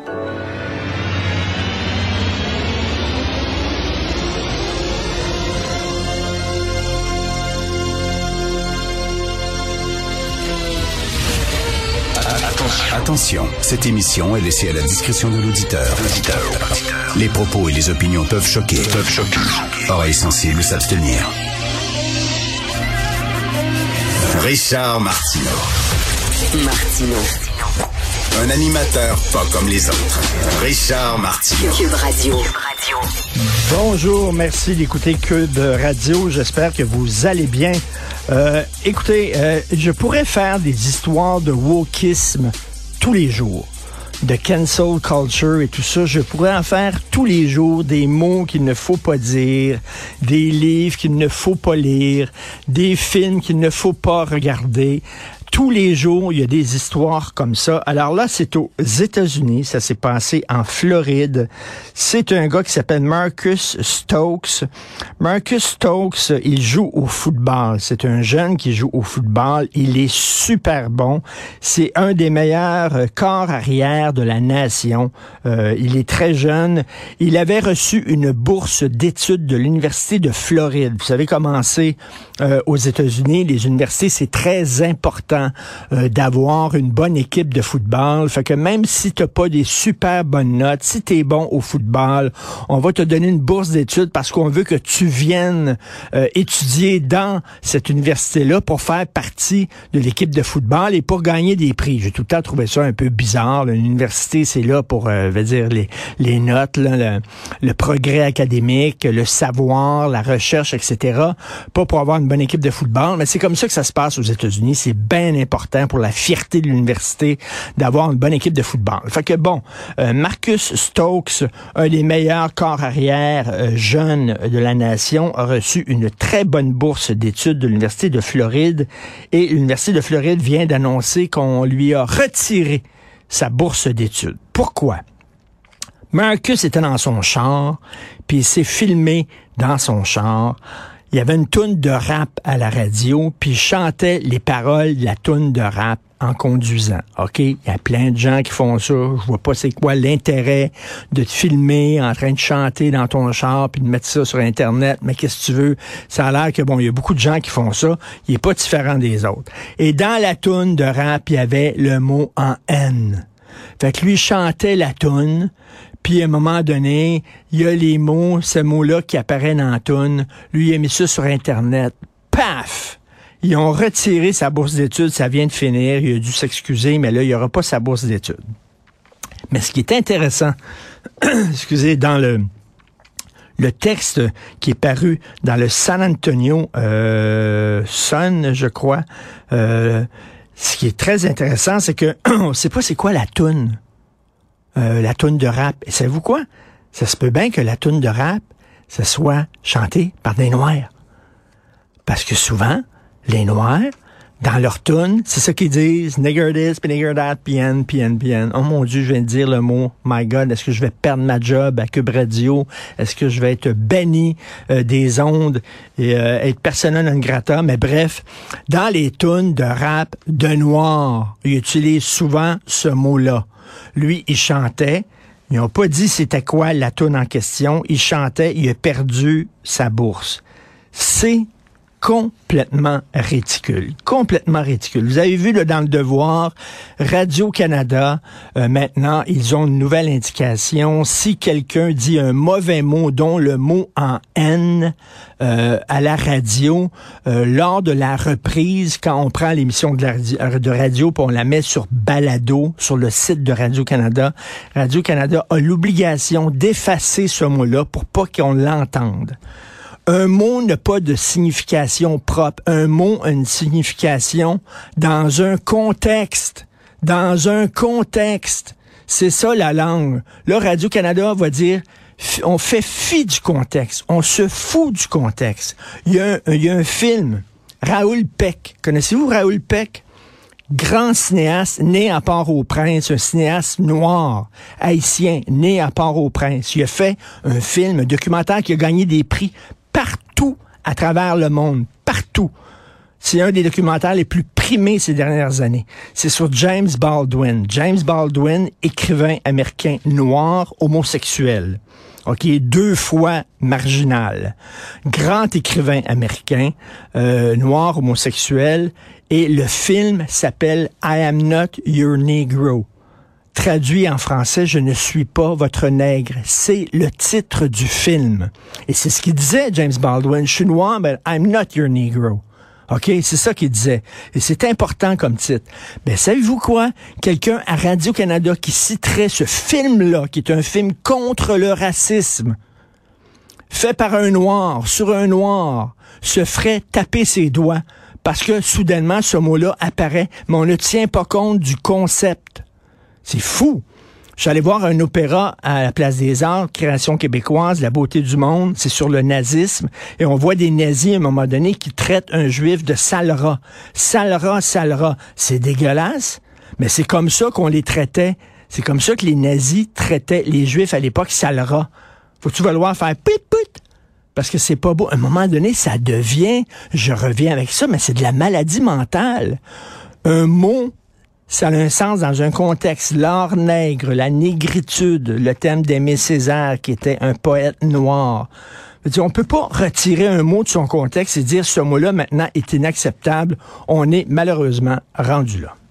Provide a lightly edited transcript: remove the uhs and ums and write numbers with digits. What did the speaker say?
Attention, cette émission est laissée à la discrétion de l'auditeur. Les propos et les opinions peuvent choquer. Oreilles sensibles s'abstenir. Richard Martineau. Un animateur pas comme les autres. Richard Martineau. Cube Radio. Bonjour, merci d'écouter Cube Radio. J'espère que vous allez bien. Écoutez, je pourrais faire des histoires de wokisme tous les jours, de cancel culture et tout ça. Je pourrais en faire tous les jours, des mots qu'il ne faut pas dire, des livres qu'il ne faut pas lire, des films qu'il ne faut pas regarder. Tous les jours, il y a des histoires comme ça. Alors là, c'est aux États-Unis. Ça s'est passé en Floride. C'est un gars qui s'appelle Marcus Stokes. Marcus Stokes, il joue au football. C'est un jeune qui joue au football. Il est super bon. C'est un des meilleurs corps arrière de la nation. Il est très jeune. Il avait reçu une bourse d'études de l'Université de Floride. Vous savez comment c'est aux États-Unis. Les universités, c'est très important d'avoir une bonne équipe de football. Fait que même si t'as pas des super bonnes notes, si t'es bon au football, on va te donner une bourse d'études parce qu'on veut que tu viennes étudier dans cette université-là pour faire partie de l'équipe de football et pour gagner des prix. J'ai tout le temps trouvé ça un peu bizarre. Une université, c'est là pour dire les notes, là, le progrès académique, le savoir, la recherche, etc. Pas pour avoir une bonne équipe de football, mais c'est comme ça que ça se passe aux États-Unis. C'est bien important pour la fierté de l'université d'avoir une bonne équipe de football. Fait que bon, Marcus Stokes, un des meilleurs corps arrière jeunes de la nation, a reçu une très bonne bourse d'études de l'Université de Floride et l'Université de Floride vient d'annoncer qu'on lui a retiré sa bourse d'études. Pourquoi? Marcus était dans son char, puis il s'est filmé dans son char. Il y avait une toune de rap à la radio, puis il chantait les paroles de la toune de rap en conduisant. OK? Il y a plein de gens qui font ça. Je vois pas c'est quoi l'intérêt de te filmer en train de chanter dans ton char puis de mettre ça sur Internet. Mais qu'est-ce que tu veux? Ça a l'air que, bon, il y a beaucoup de gens qui font ça. Il est pas différent des autres. Et dans la toune de rap, il y avait le mot en N. Fait que lui chantait la toune. Puis à un moment donné, il y a les mots, ce mot-là qui apparaît dans la toune. Lui, il a mis ça sur Internet. Paf! Ils ont retiré sa bourse d'études, ça vient de finir. Il a dû s'excuser, mais là, il n'y aura pas sa bourse d'études. Mais ce qui est intéressant, excusez, dans le texte qui est paru dans le San Antonio Sun, je crois, ce qui est très intéressant, c'est que on ne sait pas c'est quoi la toune. La toune de rap. Et savez-vous quoi? Ça se peut bien que la toune de rap, ça soit chantée par des Noirs. Parce que souvent, les Noirs, dans leur toune, c'est ça qu'ils disent, nigger this, puis nigger that, PN. Oh mon Dieu, je viens de dire le mot, my God, est-ce que je vais perdre ma job à Cube Radio? Est-ce que je vais être banni des ondes et être persona non grata? Mais bref, dans les tounes de rap de Noirs, ils utilisent souvent ce mot-là. Lui, il chantait. Ils n'ont pas dit c'était quoi la toune en question. Il chantait, il a perdu sa bourse. C'est complètement ridicule. Complètement ridicule. Vous avez vu là, dans Le Devoir, Radio-Canada, maintenant, ils ont une nouvelle indication. Si quelqu'un dit un mauvais mot, dont le mot en N, à la radio, lors de la reprise, quand on prend l'émission de radio puis on la met sur balado, sur le site de Radio-Canada, Radio-Canada a l'obligation d'effacer ce mot-là pour pas qu'on l'entende. Un mot n'a pas de signification propre. Un mot a une signification dans un contexte. Dans un contexte. C'est ça la langue. Là, Radio-Canada va dire, on fait fi du contexte. On se fout du contexte. Il y a un film, Raoul Peck. Connaissez-vous Raoul Peck? Grand cinéaste, né à Port-au-Prince, un cinéaste noir, haïtien, né à Port-au-Prince. Il a fait un film, un documentaire qui a gagné des prix partout à travers le monde, partout. C'est un des documentaires les plus primés ces dernières années. C'est sur James Baldwin. James Baldwin, écrivain américain noir, homosexuel. OK, 2 fois marginal. Grand écrivain américain, noir, homosexuel. Et le film s'appelle I Am Not Your Negro. Traduit en français, je ne suis pas votre nègre. C'est le titre du film. Et c'est ce qu'il disait, James Baldwin. Je suis noir, mais I'm not your negro. OK? C'est ça qu'il disait. Et c'est important comme titre. Ben, savez-vous quoi? Quelqu'un à Radio-Canada qui citerait ce film-là, qui est un film contre le racisme, fait par un noir, sur un noir, se ferait taper ses doigts parce que soudainement, ce mot-là apparaît, mais on ne tient pas compte du concept. C'est fou. Je suis allé voir un opéra à la Place des Arts, création québécoise, La beauté du monde, c'est sur le nazisme, et on voit des nazis à un moment donné qui traitent un juif de sale rat. Sale rat, sale rat. C'est dégueulasse, mais c'est comme ça qu'on les traitait. C'est comme ça que les nazis traitaient les juifs à l'époque, sale rat. Faut-tu vouloir faire put put? Parce que c'est pas beau. À un moment donné, ça devient, je reviens avec ça, mais c'est de la maladie mentale. Un mot, ça a un sens dans un contexte. L'art nègre, la négritude, le thème d'Aimé Césaire, qui était un poète noir. On peut pas retirer un mot de son contexte et dire ce mot-là maintenant est inacceptable. On est malheureusement rendu là.